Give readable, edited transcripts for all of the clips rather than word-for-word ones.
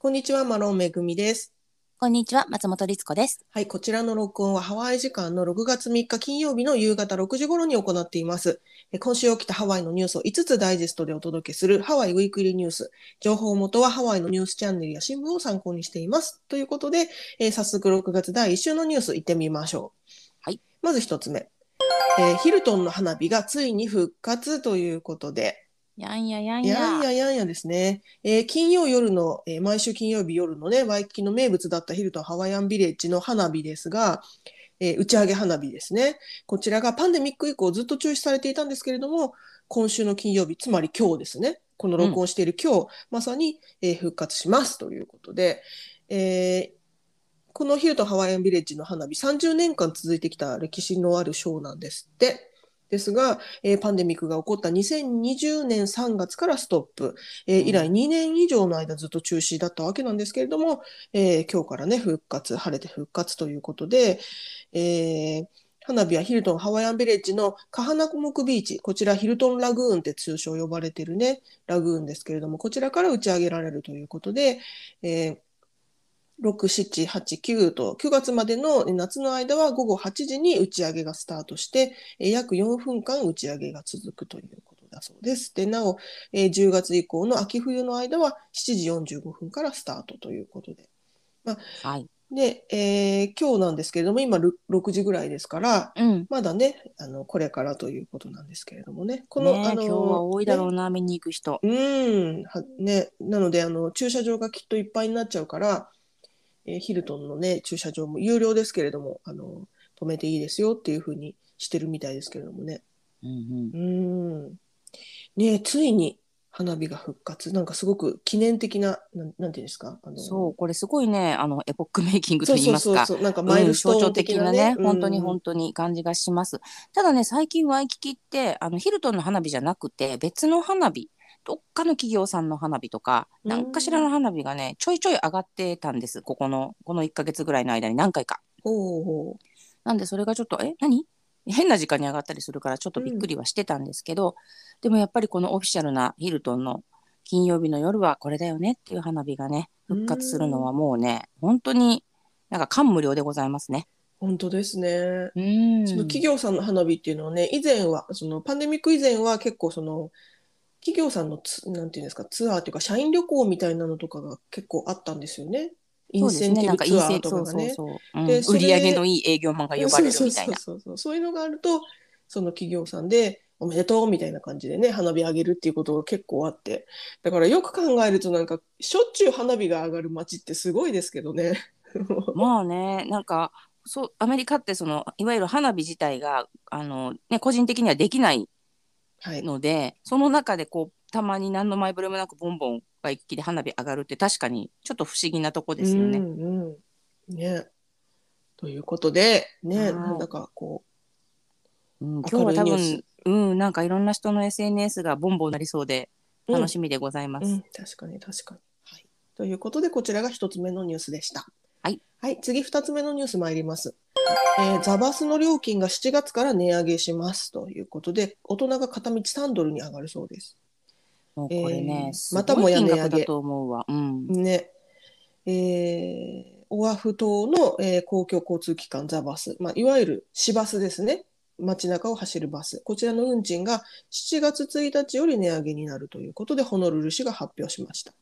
こんにちは、マロンめぐみです。 こんにちは、松本律子です。 はい、こちらの録音はハワイ時間の6月3日金曜日の夕方6時頃に行っています。今週起きたハワイのニュースを5つダイジェストでお届けするハワイウィークリーニュース。情報元はハワイのニュースチャンネルや新聞を参考にしています。ということで、早速6月第1週のニュース行ってみましょう。 はい。 まず1つ目、ヒルトンの花火がついに復活ということで、 やんややんやんや。 ややんやですね。金曜夜の、毎週金曜日夜のね、ワイキキの名物だったヒルトンハワイアンビレッジの花火ですが、打ち上げ花火ですね。こちらがパンデミック以降ずっと中止されていたんですけれども、今週の金曜日、つまり今日ですね。このうん。 録音している今日、まさに、復活しますということで、このヒルトンハワイアンビレッジの花火、30年間続いてきた歴史のあるショーなんですって。ですが、パンデミックが起こった2020年3月からストップ、以来2年以上の間ずっと中止だったわけなんですけれども、今日からね、復活、晴れて復活ということで、花火はヒルトンハワイアンビレッジのカハナコモクビーチ、こちらヒルトンラグーンって通称呼ばれているね、ラグーンですけれども、こちらから打ち上げられるということで、6、7、8、9と9月までの夏の間は午後8時に打ち上げがスタートして、約4分間打ち上げが続くということだそうです。で、なお、10月以降の秋冬の間は7時45分からスタートということで。まあ、 はい。 で、今日なんですけれども、今6時ぐらいですから、 うん。 まだね、これからということなんですけれどもね、この、 ねえ、今日は多いだろうね、 な、見に行く人。 ね、なので、駐車場がきっといっぱいになっちゃうから、ヒルトンのね、駐車場も有料ですけれども、止めていいですよっていう風にしてるみたいですけれどもね。 うんうん。 うーん。ね、ついに花火が復活。なんかすごく記念的な、なんていうんですか。 そう、これすごいね、エポックメイキングとそう言いますか。 そうそうそう、なんかマイうん、 ルストーン象徴的なね。 的なね、本当に本当に感じがします。ただね、最近ワイキキって、ヒルトンの花火じゃなくて、別の花火、どっかの企業さんの花火とか、 うー何かしらのん。 花火がね、ちょいちょい上がってたんです。この1ヶ月ぐらいの間に何回か。 ほうほなんでそれがちょっと、何変な時間に上がったりするからちょっとう。うん。 びっくりはしてたんですけど、でもやっぱりこのオフィシャルなヒルトンの金曜日の夜はこれだよねっていう花火がね、 う復活するのーん。 はもうね、本当になんか感無量でございますね。 本当ですね。 うそのーん。 企業さんの花火っていうのはね、以前は、そのパンデミック以前は結構その企業さんのなんていうんですか、ツアーっていうか、社員旅行みたいなのとかが結構あったんですよね。インそうですね。 センティブなんかツアーとそうかがね。 そうそう。うで、 ん。売そり上げのれ、 いい営業マンが呼ばそうそうそうれるみたいな。 そうそう、そういうのがあると、その企業さんで、おめでとうみたいな感じでね、花火上げるっていうことが結構あって。だからよく考えると、なんか、しょっちゅう花火が上がる街ってすごいですけどね。 まあね、なんか、そう、アメリカっていわゆる花火自体が、ね、個人的にはできないはい。 ので、その中でこう、たまに何の前触れもなくボンボンワイキキで花火上がるって確かにちょっと不思議なとこうですよね。 んうん。ね。ということで、ね、なんだはい。 かこうん、今う、 日明るいは多分、 ニュース。 なんかいろんな人の SNS がボンボンなりそうでうん。 楽しみでございます。 うん、確かに確かに。はい。ということで、こちらが一つ目のニュースでした。 はい。 はい、次二つ目のニュース参ります。ザバスの料金が7月から値上げしますということで、大人が片道3ドルに上がるそうです。 もうこれね、すごいまたもや金額だ値上げ。 と思うわ。うん。 ね。オアフ島の、公共交通機関ザバス、いわゆる市バスですね。街中を走るバス。こちらの運賃が7月1日より値上げになるということで、ホノルル市が発表しました。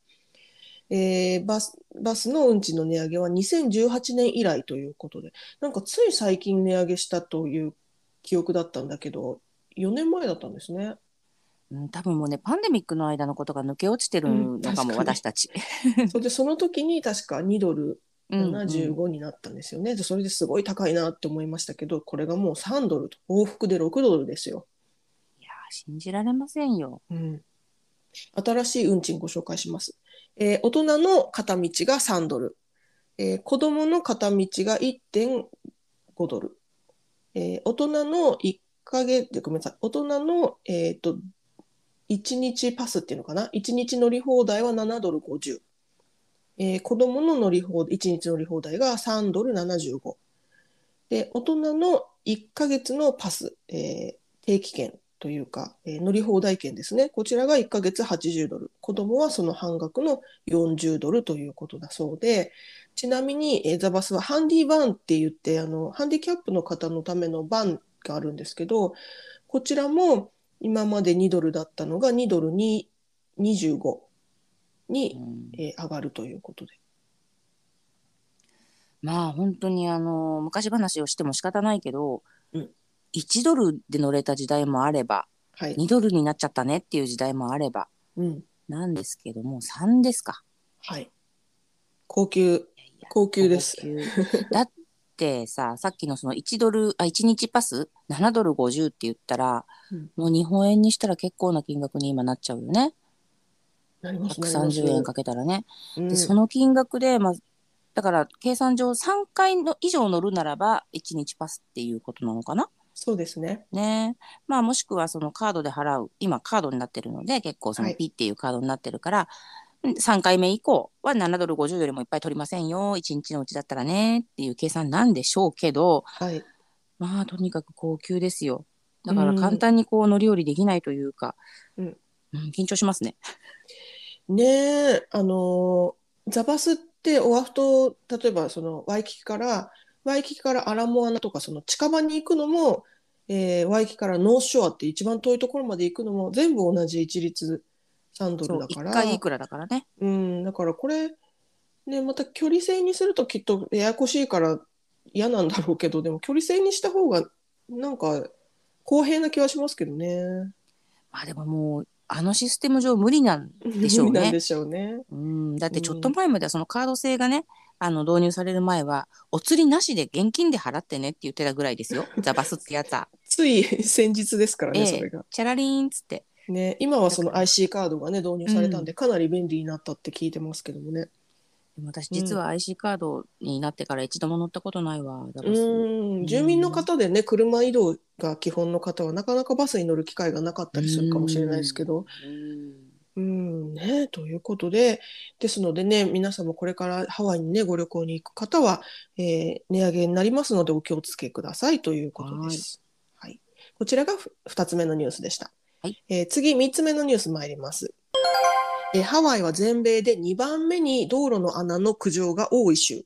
バスの運賃の値上げは2018年以来ということで、なんかつい最近値上げしたという記憶だったんだけど、4年前だったんですね。 うん、多分もうね、パンデミックの間のことが抜け落ちてるうん、 のかも、 確かに。 私たち。 それで、その時に確か2ドルうんうん。 75になったんですよね。で、それですごい高いなって思いましたけど、これがもう3ドルと、往復で6ドルですよ。 いやー、信じられませんよ。 うん。新しい運賃ご紹介します。大人の片道が3ドル。子供の片道が1.5ドル。大人の1ヶ月、ごめんなさい、大人の、1日パスっていうのかな？ 1 日乗り放題は7ドル50。子供の乗り放題、1日乗り放題が3ドル75。で、大人の1ヶ月のパス、定期券。 というか、乗り放題券ですね。こちらが1ヶ月$80。子供はその半額の$40ということだそうで、ちなみに、ザバスはハンディバンって言って、ハンディキャップの方のためのバンがあるんですけど、こちらも今まで$2だったのが$2に25に、上がるということで。 まあ本当に昔話をしても仕方ないけど、 うん、 $1で乗れた時代もあれば、 はい、 $2になっちゃったねっていう時代もあれば、 うん、 なんですけども、3ですか。 はい。高級、高級です。 高級。だってさ、さっきのその$1、1日パス$7.50って言ったら、 うん、 もう日本円にしたら結構な金額に今なっちゃうよね。 なります、なりま 130円す。 かけたらね。で、そうん、 の金額で、まあ、だから計算上3回の以上乗るならば1日パスっていうことなのかな。 そうですね。 ね。まあもしくはそのカードで払う、今カードになってるので結構そはい。 のピっていうカードになってるから、3回目以降は$7.50よりもいっぱい取りませんよ。1日のうちだったらねっていう計算なんでしょうけど、 はい。 まあとにかく高級ですよ。だうから簡ん。 単にこう乗り降りできないというか、 うん。 緊張しますね。 ねえ、ザバスってオアフ島、例えばそのワイキキからアラモアナとかその近場に行くのも、ワイキキからノースショアって一番遠いところまで行くのも全部同じ一律$3 そう、 だ 1 から、 回いくらだからね。 うん、だからこれ、ね、また距離制にするときっとややこしいから嫌なんだろうけど、でも距離制にした方がなんか公平な気はしますけどね。 まあでももう、あのシステム上無理なんでし無理ょうね。 なんでしょうね。 だってちょっとうん、 前まではそのカード制がね、導入される前は、お釣りなしで現金で払ってねって言ってたぐらいですよ。ザバスってやつは。 つい先日ですからね、そええ、 れが。 チャラリーンっつって。 ね、今はそのだから、 IC カードがね、導入されたんで、 うん。 かなり便利になったって聞いてますけどもね。 でも私うん。 実は IC カードになってから一度も乗ったことないわ、ザうバス。 住民の方でね、車移動が基本の方は、なかなかバスに乗る機会がなかっうたりするかもしれないですけん。 ど、 うん。 ね、ということで、ですのでね、皆さんもこれからハワイにね、ご旅行に行く方は、値上げになりますのでお気をつけくださいということではい。 す。はい。こちらが2つ目のニュースでした。 はい。 次、3つ目のニュース参ります。ハワイは全米で2番目に道路の穴の苦情が多い州。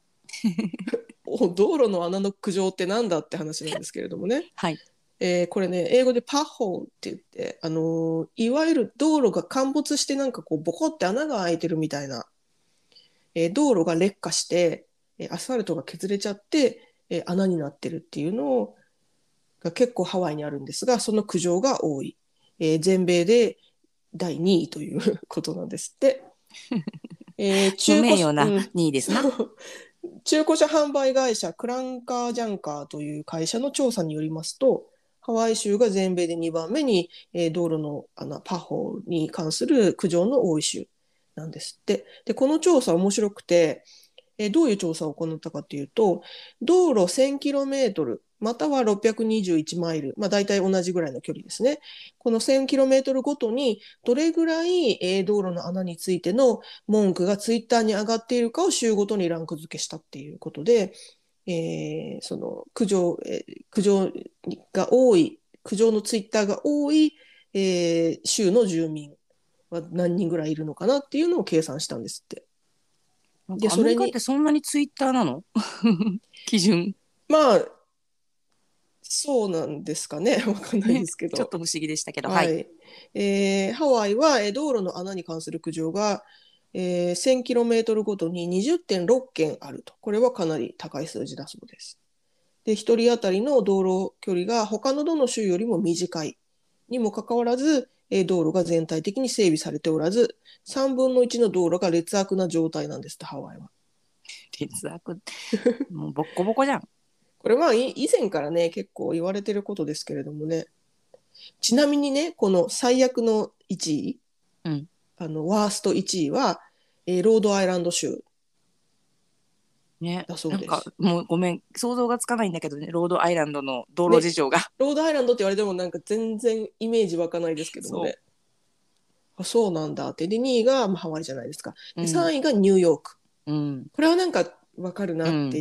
道路の穴の苦情ってなんだって話なんですけれどもね。 はい。 これね、英語でパッホーって言って、いわゆる道路が陥没してなんかこうボコって穴が開いてるみたいな、道路が劣化して、アスファルトが削れちゃって、穴になってるっていうのが結構ハワイにあるんですが、その苦情が多い。全米で第2位ということなんですって。 不中古、 名誉なうん、 2位ですな。 中古車販売会社クランカージャンカーという会社の調査によりますと、ハワイ州が全米で2番目に、道路のパホに関する苦情の多い州なんですって。で、この調査面白くて、どういう調査を行ったかというと、道路 1000km または621マイル、まあ、大体同じぐらいの距離ですね。この 1000km ごとにどれぐらい、道路の穴についての文句がツイッターに上がっているかを州ごとにランク付けしたっていうことで、その苦情が多い、苦情のツイッターが多い、州の住民は何人ぐらいいるのかなっていうのを計算したんですって。で、 なんかアそれに、 メリカってそんなにツイッターなの？基準。 まあ、そうなんですかね。わかんないでね。 すけど。 ちょっと不思議でしたけど、はい。 はい。ハワイは、道路の穴に関する苦情が、1000km ごとに20.6件あると。これはかなり高い数字だそうです。で、1人当たりの道路距離が他のどの州よりも短いにもかかわらず、道路が全体的に整備されておらず、3分の1の道路が劣悪な状態なんですって、ハワイは。 哲学、もうボッコボコじゃん。 これは以前からね、結構言われてることですけれどもね。ちなみにね、この最悪の1位、 うん。 ワースト1位は、ロードアイランド州ね。 だそうなんかです。 もうごめん、想像がつかないんだけどね、ロードアイランドの道路ね、 事情が。 ロードアイランドって言われてもなんか全然イメージ湧かないですけどもそね。あ、そうなんだって。で、2位が、まあ、ハワイじゃないですか。 う。うで、 ん。 3位がニューヨーク。 うん。 これはなんかわかるなってうん。 いう。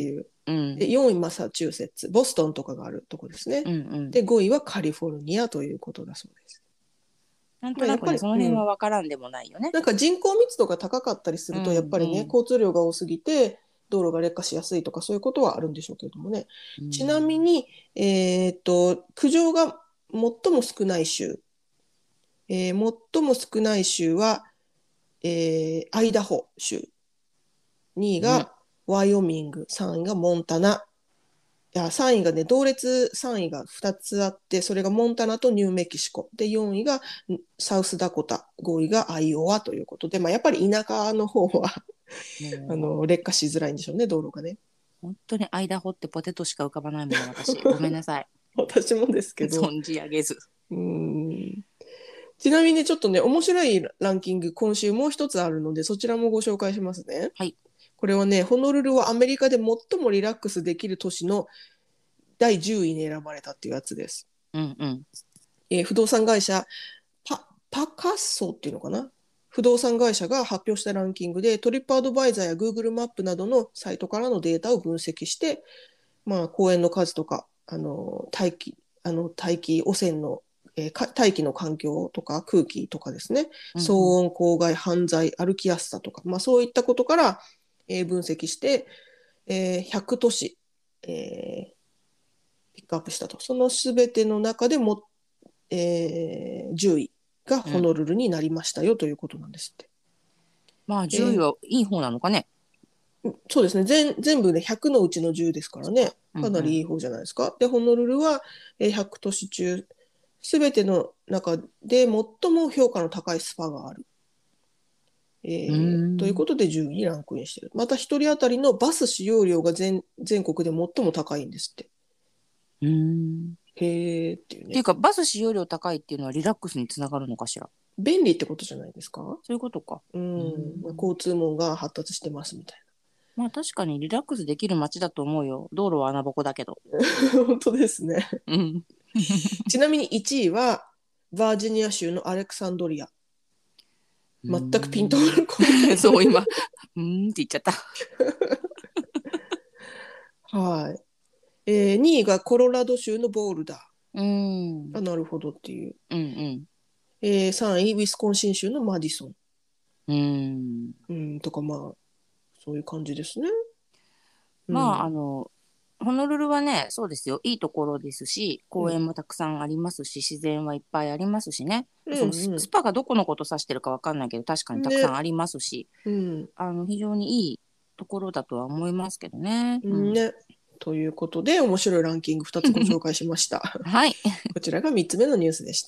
うんで4位マサチューセッツ、ボストンとかがあるとこですね。 うんうん。 で5位はカリフォルニアということだそうです。 なんとまあ、やっぱり、 なくねその辺は分からんでもないよね。 なんか人口密度が高かったりすうるとやっぱりね、 んうん交通量が多すぎて道路が劣化しやすいとかそういうことはあるんでしょうけれどもね。 うちなみん。 に、苦情が最も少ない州、最も少ない州は、アイダホ州、2位うん。 がワイオミング、3位がモンタナ、いや3位がね、同列3位が2つあって、それがモンタナとニューメキシコ。で、4位がサウスダコタ、5位がアイオワということで、まあ、やっぱり田舎の方はもう劣化しづらいんでしょうね、道路がね。 本当に間掘ってポテトしか浮かばないもの私。ごめんなさい。 私もですけど。 存じ上げず。 うーんちなみにね、ちょっとね、面白いランキング、今週もう一つあるので、そちらもご紹介しますね。 はい。 これはね、ホノルルはアメリカで最もリラックスできる都市の第10位に選ばれたっていうやつです。 うんうん。 不動産会社パカッソっていうのかな、不動産会社が発表したランキングでトリップアドバイザーや Google マップなどのサイトからのデータを分析して、まあ、公園の数とか大気汚染の、大気の環境とか空気とかですね、 うんうん騒音公害犯罪歩きやすさとか、まあ、そういったことから、分析して、100都市、ピックアップしたと。そのすべての中でも、10位がホノルルになりましたよということなんですって。 まあ10位はいい方なのかね。 そうですね。全部で100のうちの10ですからね。かなりいい方じゃないですか。で、ホノルルは100都市中、すべての中で最も評価の高いスパがある。ということで10位にランクインしている。また1人当たりのバス使用量が全国で最も高いんですって。へーっていうね。 っていうかバス使用量高いっていうのはリラックスにつながるのかしら。 便利ってことじゃないですか。 そういうことか。 交通網が発達してますみたいまあ確かにリラックスできる街だと思うよ。道路は穴ぼこだけど。 な。本当ですね。 うん。 ちなみに1位はバージニア州のアレクサンドリア。全くピンとこない。 そう今って言っちゃった。 はい。2位がコロラド州のボールダうんー。あ、なるほどっていう。 うん 3位ウィスコンシン州のマディソン。 うんとかまあそういう感じですね。 まあホノルルはねそうですよいいところですし公園もたくさんありますし、自然はいっぱいありますしね、そのスパがどこのこと指してるかわかんないけど確かにたくさんありますし、非常にいいところだとは思いますけどね。 ね。ということで面白いランキング2つご紹介しました。 はい。 こちらが3つ目のニュースでした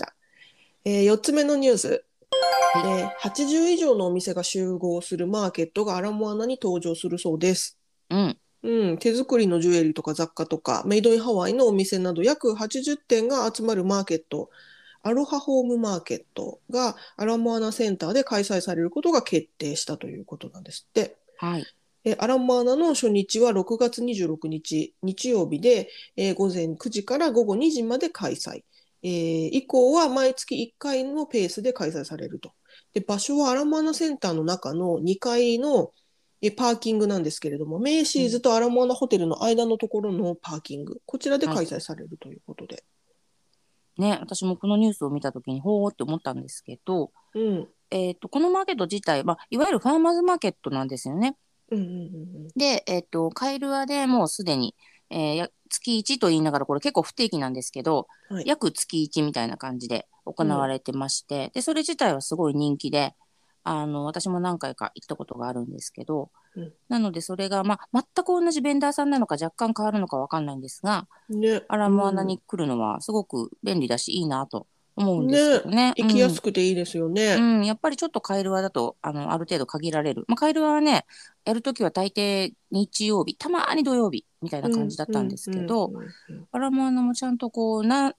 。4つ目のニュース。80以上のお店が集合するマーケットがアラモアナに登場するそうです。手作りのジュエリーとか雑貨とかメイドインハワイのお店など約80店が集まるマーケット、アロハホームマーケットがアラモアナセンターで開催されることが決定したということなんですって。 はい。 アラモアナの初日は6月26日日曜日で、午前9時から午後2時まで開催。以降は毎月1回のペースで開催されると。で、場所はアラモアナセンターの中の2階のパーキングなんですけれども、メイシーズとアラモアナホテルの間のところのパーキング、こちらで開催されるということで。 ね、私もこのニュースを見たときにほーって思ったんですけど、このマーケット自体、いわゆるファーマーズマーケットなんですよね。で、カイルアでもうすでに、月1と言いながらこれ結構不定期なんですけど、約月1みたいな感じで行われてまして、でそれ自体はすごい人気で私も何回か行ったことがあるんですけど、なのでそれが、全く同じベンダーさんなのか若干変わるのか分かんないんですが、アラモアナに来るのはすごく便利だしいいなと思うんですけどね。 行きやすくていいですよね。 やっぱりちょっとカイルアだとある程度限られる。カイルアはねやるときは大抵日曜日たまに土曜日みたいな感じだったんですけど、アラモアナもちゃんとこう何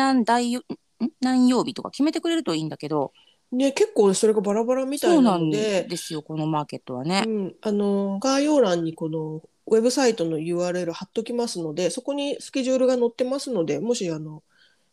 曜日とか決めてくれるといいんだけど。 ね、結構それがバラバラみたいなので、 そうなんですよこのマーケットはね。 概要欄にこのウェブサイトの URL 貼っときますので、そこにスケジュールが載ってますので、もし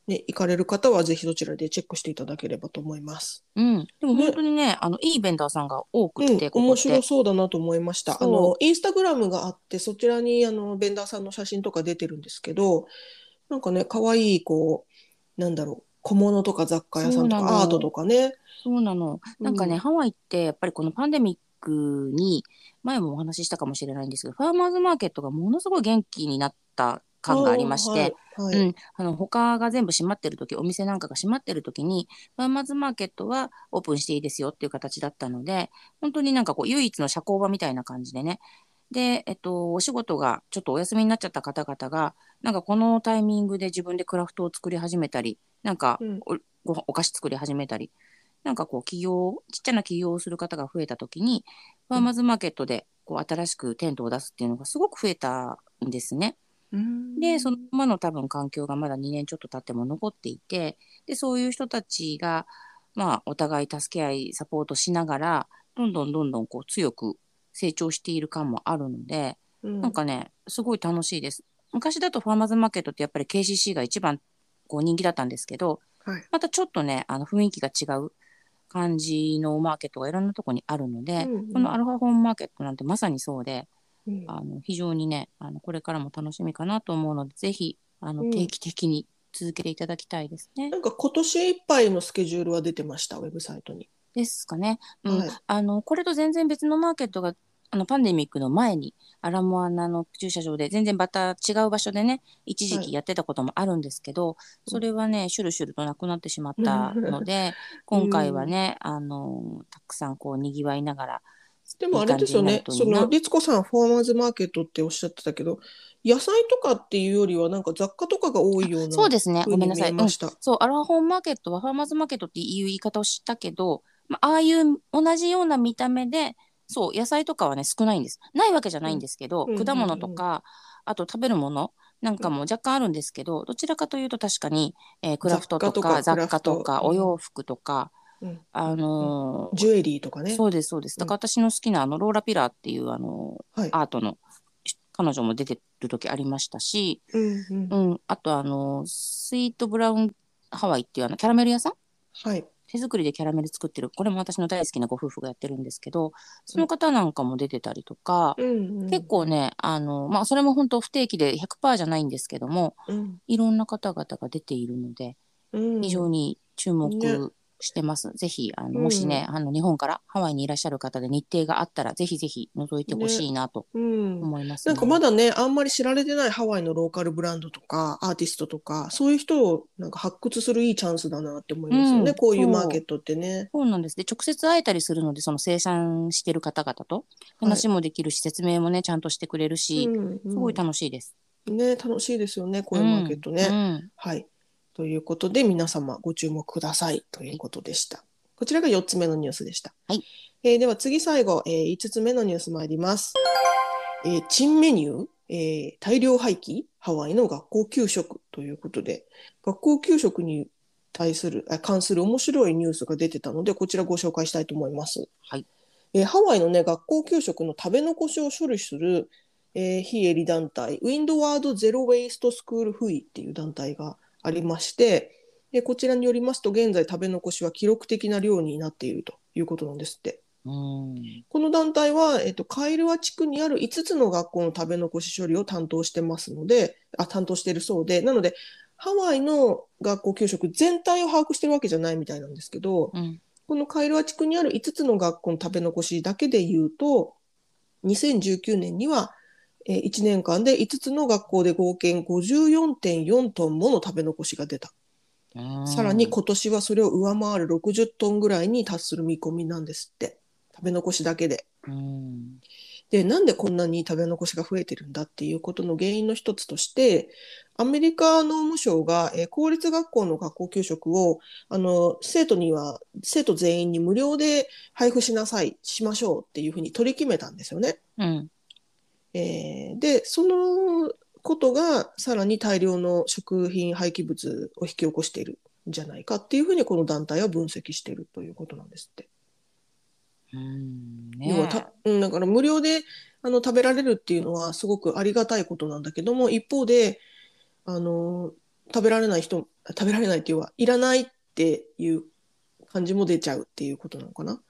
ね、行かれる方はぜひそちらでチェックしていただければと思います。 うん、でも本当にね、いいベンダーさんが多くて、ここ面って。 白そうだなと思いました。 そう。 インスタグラムがあって、そちらにベンダーさんの写真とか出てるんですけど、なんかね、可愛いこう、なんだろう、小物とか雑貨屋そうなさんとかアートとの。 かね。 そうなの。なんかね、 うん。 ハワイってやっぱりこのパンデミックに、前もお話ししたかもしれないんですけど、ファーマーズマーケットがものすごい元気になったああ、 感がありまして、 はい、はい。 他が全部閉まってる時、お店なんかが閉まってる時に、ファーマーズマーケットはオープンしていいですよっていう形だったので、本当になんかこう、唯一の社交場みたいな感じでね。で、お仕事がちょっとお休みになっちゃった方々が、なんかこのタイミングで自分でクラフトを作り始めたり、なんかうん。 お菓子作り始めたり、なんかこうちっちゃな起業をする方が増えた時に、ファーマーズマーケットでこう新しくテントを出すっていうのがすごく増えたんですね。 うで、そのん。 ままの多分環境がまだ2年ちょっと経っても残っていて、で、そういう人たちが、まあ、お互い助け合い、サポートしながら、どんどんどんどんこう強く成長している感もあるので、 うん。 なんかね、すごい楽しいです。昔だとファーマーズマーケットってやっぱり KCC が一番こう人気だったんですけど、 はい。 またちょっとね、雰囲気が違う感じのマーケットがいろんなところにあるので、 うん、 このアうん。 ロハホームマーケットなんてまさにそうで、 うん。 非常にね、これからも楽しみかなと思うので、ぜひ、定うん。 期的に続けていただきたいですね。 なんか今年いっぱいのスケジュールは出てました、ウェブサイトに。 ですかね。うん。 はい。 これと全然別のマーケットが、パンデミックの前に、アラモアナの駐車場で、全然また違う場所でね、一時はい。 期やってたこともあるんですけど、そうん。 れはね、シュルシュルとなくなってしまったので、 う今回はん。 ね、たくさんこう、賑わいながら、 でもあれいい感じになるですよね。 といいな。 律子さん、フォーマーズマーケットっておっしゃってたけど、野菜とかっていうよりは、なんか雑貨とかが多いようなそうですね。 風に見ごめんなさい。うん。 えました。 そう、アロハホームマーケットはファーマーズマーケットっていう言い方をしたけど、まああいう同じような見た目で、そう、野菜とかはね、少ないんです。ないわけじゃないんうん。 ですけど、 うん。 果物とうん。 か、あと食べるものなんうん。 かも若干あるんですけど、どちらかというと確かに、クラ雑フトとか貨とかク雑貨とラフト。 かお洋うん。 服とか、 うん。うあん。うん。 のージュエリーとかね。 そうです、そうです。 うん。 だから私の好きなローラ・ピラーっていうはい。 アートの彼女も出てる時ありましたし、 うん。うん。 うん、あとスイートブラウンハワイっていうキャラメル屋さんはい。 手作りでキャラメル作ってる。これも私の大好きなご夫婦がやってるんですけど、そはい。 の方なんかも出てたりとか、 うん。うん。 結構ね、まあ、それも本当不定期で100%じゃないんですけども、 うん。 いろんな方々が出ているので、 う非常ん。 に注ね。 目してます。ぜひ、 うん。 もしね、日本からハワイにいらっしゃる方で日程があったら、ぜひぜひ覗いてほね。 しいなとうん。 思いますなんかまね。 だね、あんまり知られてないハワイのローカルブランドとか、アーティストとか、そういう人をなんか発掘するいいチャンスだなって思いますよね。 うん、 こういうマーケそう。 ットってね。 そうなんです。で、直接会えたりするので、その生産してる方々とはい。 話もできるし、説明もね、ちゃんとしてくれるし、 うん、 すごいうん。 楽しいです。 ね、楽しいですよね、こういうマーケッうん、 トね。 うん。 はい。ということで、皆様ご注目くださいというはい。 ことでした。こちらが4つ目のニュースでした。 はい。 では次最後、5つ目のニュース参ります。珍メニュー、大量廃棄、ハワイの学校給食ということで、学校給食に関する面白いニュースが出てたので、こちらご紹介したいと思います。 はい。 ハワイのね、学校給食の食べ残しを処理する、非営利団体、ウィンドワードゼロウェイストスクールフイっていう団体がありまして、こちらによりますと、現在食べ残しは記録的な量になっているということなんですって。 うん。 この団体は、カイルワ地区にある5つの学校の食べ残し処理を担当してますので、担当しているそうで、なので、ハワイの学校給食全体を把握してるわけじゃないみたいなんですけど、 うん。 このカイルワ地区にある5つの学校の食べ残しだけで言うと、2019年には、1年間で5つの学校で合計54.4トンもの食べ残しが出た。 うさらにん。 今年はそれを上回る60トンぐらいに達する見込みなんですって。食べ残しだけで。 うん。 で、なんでこんなに食べ残しが増えてるんだっていうことの原因の一つとして、アメリカ農務省が、公立学校の学校給食を生徒全員に無料で配布しましょうっていうふうに取り決めたんですよね。 うん。 で、そのことがさらに大量の食品廃棄物を引き起こしているんじゃないかっていうふうにこの団体は分析しているということなんですって。 うん要はねだから無料で食べられるっていうのはすごくありがたいことなんだけども、一方であの食べられない人食べられないっていうはいらないっていう感じも出ちゃうっていうことなのかな。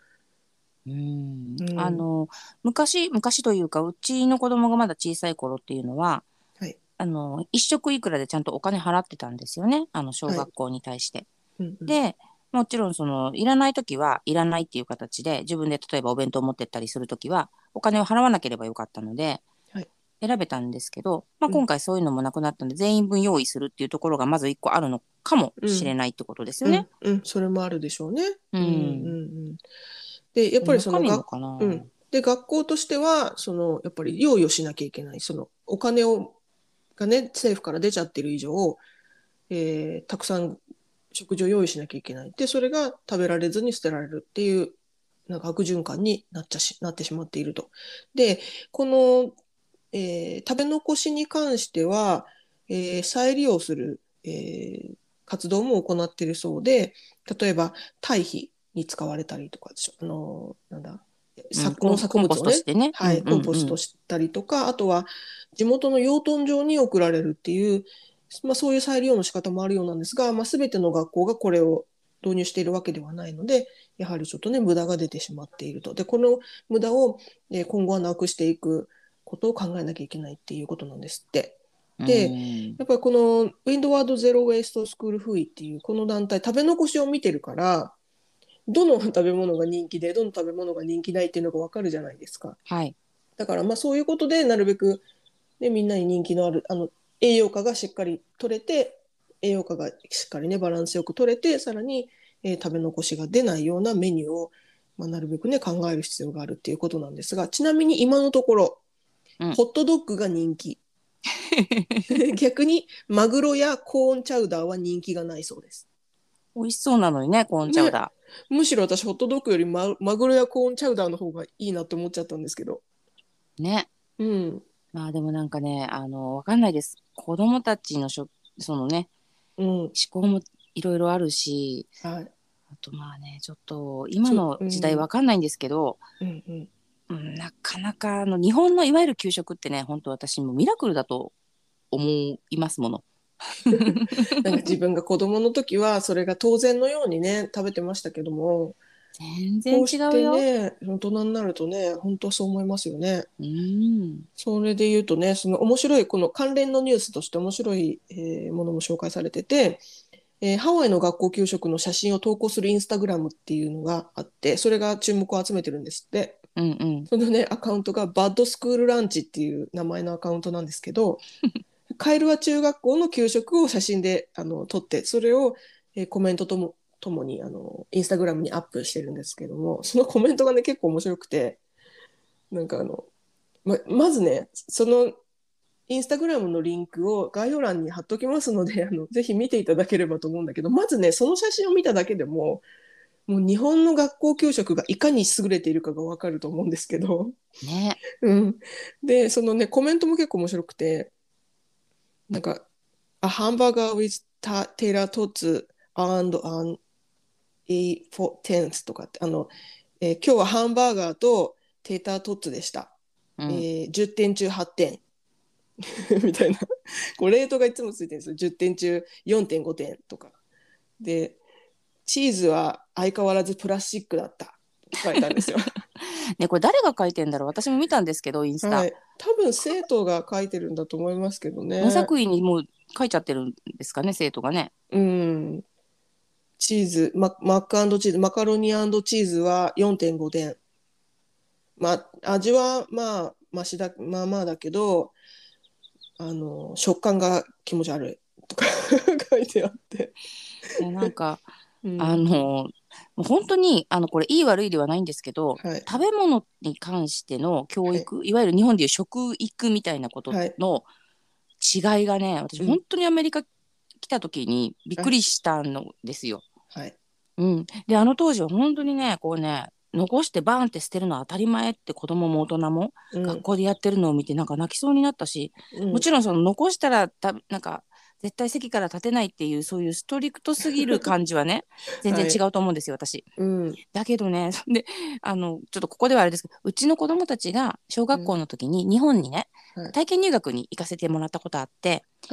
昔というか、うちの子供がまだ小さい頃っていうのは、 はい、 一食いくらでちゃんとお金払ってたんですよね、小学校に対して。で、もちろんいらない時はいらないっていう形で、自分で例えばお弁当持ってったりする時はお金を払わなければよかったので、はい、選べたんですけど、今回そういうのもなくなったので、全員分用意するっていうところがまず1個あるのかもしれないってことですよね。 それもあるでしょうね。でやっぱり学校としてはやっぱり用意をしなきゃいけない、お金がね政府から出ちゃってる以上、たくさん食事を用意しなきゃいけない。でそれが食べられずに捨てられるっていうなんか悪循環になってしまっていると。でこの、食べ残しに関しては、再利用する、活動も行っているそうで、例えば堆肥に使われたりとか、なんだ農作物をね、コンポストしたりとか、あとは地元の養豚場に送られるっていう、そういう再利用の仕方もあるようなんですが、全ての学校がこれを導入しているわけではないので、やはりちょっとね無駄が出てしまっていると。でこの無駄を今後はなくしていくことを考えなきゃいけないっていうことなんですって。でやっぱりこのウィンドワードゼロウェイストスクールフーイっていうこの団体、食べ残しを見てるから、どの食べ物が人気でどの食べ物が人気ないっていうのが分かるじゃないですか。 はい、 だからそういうことでなるべく、ね、みんなに人気のある栄養価がしっかり取れて、栄養価がしっかりねバランスよく取れて、さらに、食べ残しが出ないようなメニューを、なるべくね考える必要があるっていうことなんですが、ちなみに今のところ、ホットドッグが人気逆にマグロやコーンチャウダーは人気がないそうです。 美味しそうなのにね、コーンチャウダー、ね、 むしろ私ホットドッグよりマグロやコーンチャウダーの方がいいなと思っちゃったんですけどね。でもなんかね、わかんないです。子供たちのそのね、思考もいろいろあるし、あとね、ちょっと今の時代わかんないんですけど、なかなか日本のいわゆる給食ってね、本当私もミラクルだと思いますもの。 なんか自分が子供の時はそれが当然のようにね食べてましたけども、 全然違うよ。こうしてね大人になるとね本当そう思いますよね。それで言うとね、面白いこの関連のニュースとして面白い、ものも紹介されてて、ハワイの学校給食の写真を投稿するインスタグラムっていうのがあって、それが注目を集めてるんですって。そのねアカウントがバッドスクールランチっていう名前のアカウントなんですけどカエルは中学校の給食を写真で撮って、それを、コメントともにインスタグラムにアップしてるんですけども、そのコメントがね結構面白くて、なんかまずねそのインスタグラムのリンクを概要欄に貼っときますのでぜひ見ていただければと思うんだけど、まずねその写真を見ただけでもう日本の学校給食がいかに優れているかが分かると思うんですけど、 ねでそのねコメントも結構面白くて、なんかA hamburger with tater tots and an E4 とかって今日はハンバーガーとテータートッツでした、10点中8点みたいなこうレートがいつもついてるんですよ。10点中 4.5 点とかで、チーズは相変わらずプラスチックだったって書いたんですよね、これ誰が書いてんだろう。私も見たんですけどインスタ、 多分生徒が書いてるんだと思いますけどね。 無作為にもう書いちゃってるんですかね、生徒がね。 チーズ、マック&チーズ、マカロニ&チーズは 4.5 点。味はマシだ、まあだけど、食感が気持ち悪いとか書いてあって。 いやなんか、本当にこれいい悪いではないんですけど、食べ物に関しての教育、いわゆる日本でいう食育みたいなことの違いがね、私本当にアメリカ来た時にびっくりしたのですよ。で当時は本当にねこうね残してバーンって捨てるのは当たり前って子供も大人も学校でやってるのを見てなんか泣きそうになったし、もちろんその残したらなんか絶対席から立てないっていうそういうストリクトすぎる感じはね全然違うと思うんですよ、私。だけどねでちょっとここではあれですけど、うちの子供たちが小学校の時に日本にね、体験入学に行かせてもらったことあって、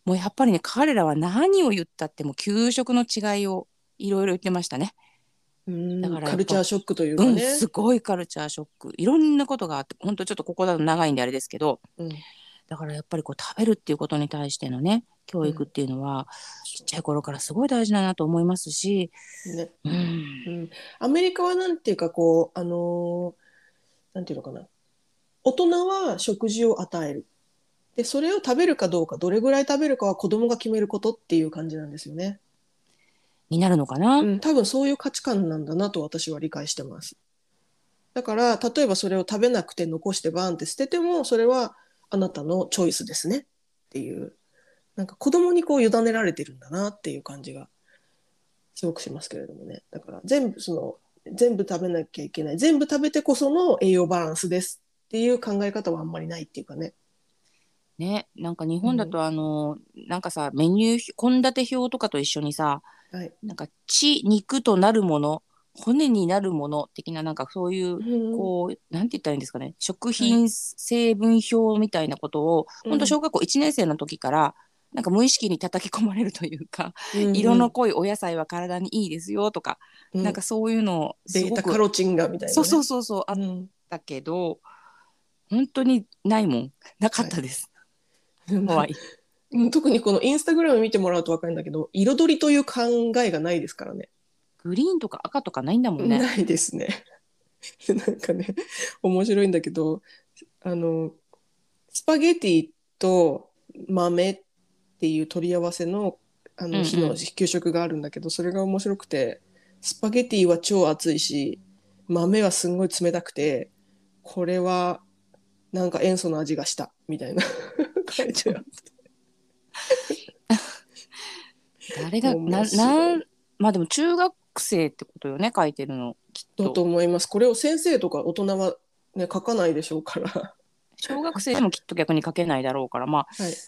もうやっぱりね、彼らは何を言ったっても給食の違いをいろいろ言ってましたね。だからやっぱ、 カルチャーショックというかね。 すごいカルチャーショック。いろんなことがあって、本当ちょっとここだと長いんであれですけど、だからやっぱりこう食べるっていうことに対してのね、教育っていうのは、ちっちゃい頃からすごい大事だなと思いますし、 ね、アメリカはなんていうかこう、なんていうのかな、大人は食事を与える。で、それを食べるかどうか、どれぐらい食べるかは子供が決めることっていう感じなんですよね。 になるのかな。 多分そういう価値観なんだなと私は理解してます。だから、例えばそれを食べなくて残してバーンって捨てても、それはあなたのチョイスですねっていう、なんか子供にこう委ねられてるんだなっていう感じがすごくしますけれどもね。だから全部食べなきゃいけない。全部食べてこその栄養バランスですっていう考え方はあんまりないっていうかね。 ね、なんか日本だとなんかさ、メニュー献立表とかと一緒にさ、 はい、 なんか肉となるもの、骨になるもの的な、なんかそういう、こうなんて言ったらいいんですかね、食品成分表みたいなことを、本当小学校1年生の時からなんか無意識に叩き込まれるというか、色の濃いお野菜は体にいいですよとか、なんかそういうのをすベータごく、 カロチンがみたいなね。 そうあったけど、本当にないもん、なかったです。怖い。 特にこのインスタグラム見てもらうと分かるんだけど、彩りという考えがないですからね。 グリーンとか赤とかないんだもんね。 ないですね。なんかね、面白いんだけど、スパゲティと豆っていう取り合わせの日の給食があるんだけど、それが面白くて、スパゲティは超熱いし、豆はすんごい冷たくて、これはなんか塩素の味がしたみたいな書いてあって。 誰がまあでも中学生ってことよね、書いてるのきっと。 だと思います。これを先生とか大人はね書かないでしょうから。 小学生でもきっと逆に書けないだろうから、まあ、 はい。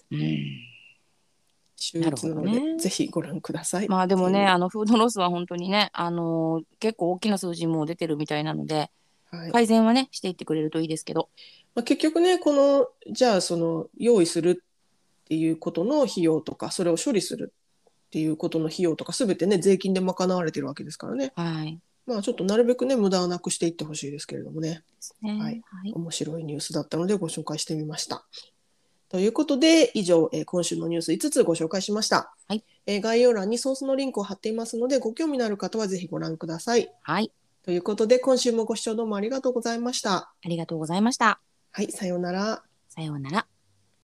秀なる逸なので、 ほどね。 ぜひご覧ください。 まあでもね、フードロスは本当にね、結構大きな数字も出てるみたいなので、改善はね、していってくれるといいですけど。 結局ね、じゃあ用意するっていうことの費用とか、それを処理するっていうことの費用とか、すべてね、税金で賄われてるわけですからね。 はい。 まあちょっとなるべくね、無駄はなくしていってほしいですけれどもね。はい。面白いニュースだったのでご紹介してみました。ということで、以上、今週のニュース5つご紹介しました。 はい。 概要欄にソースのリンクを貼っていますので、ご興味のある方はぜひご覧ください。 はい。 ということで、今週もご視聴どうもありがとうございました。 ありがとうございました。 はい、さようなら。 さようなら。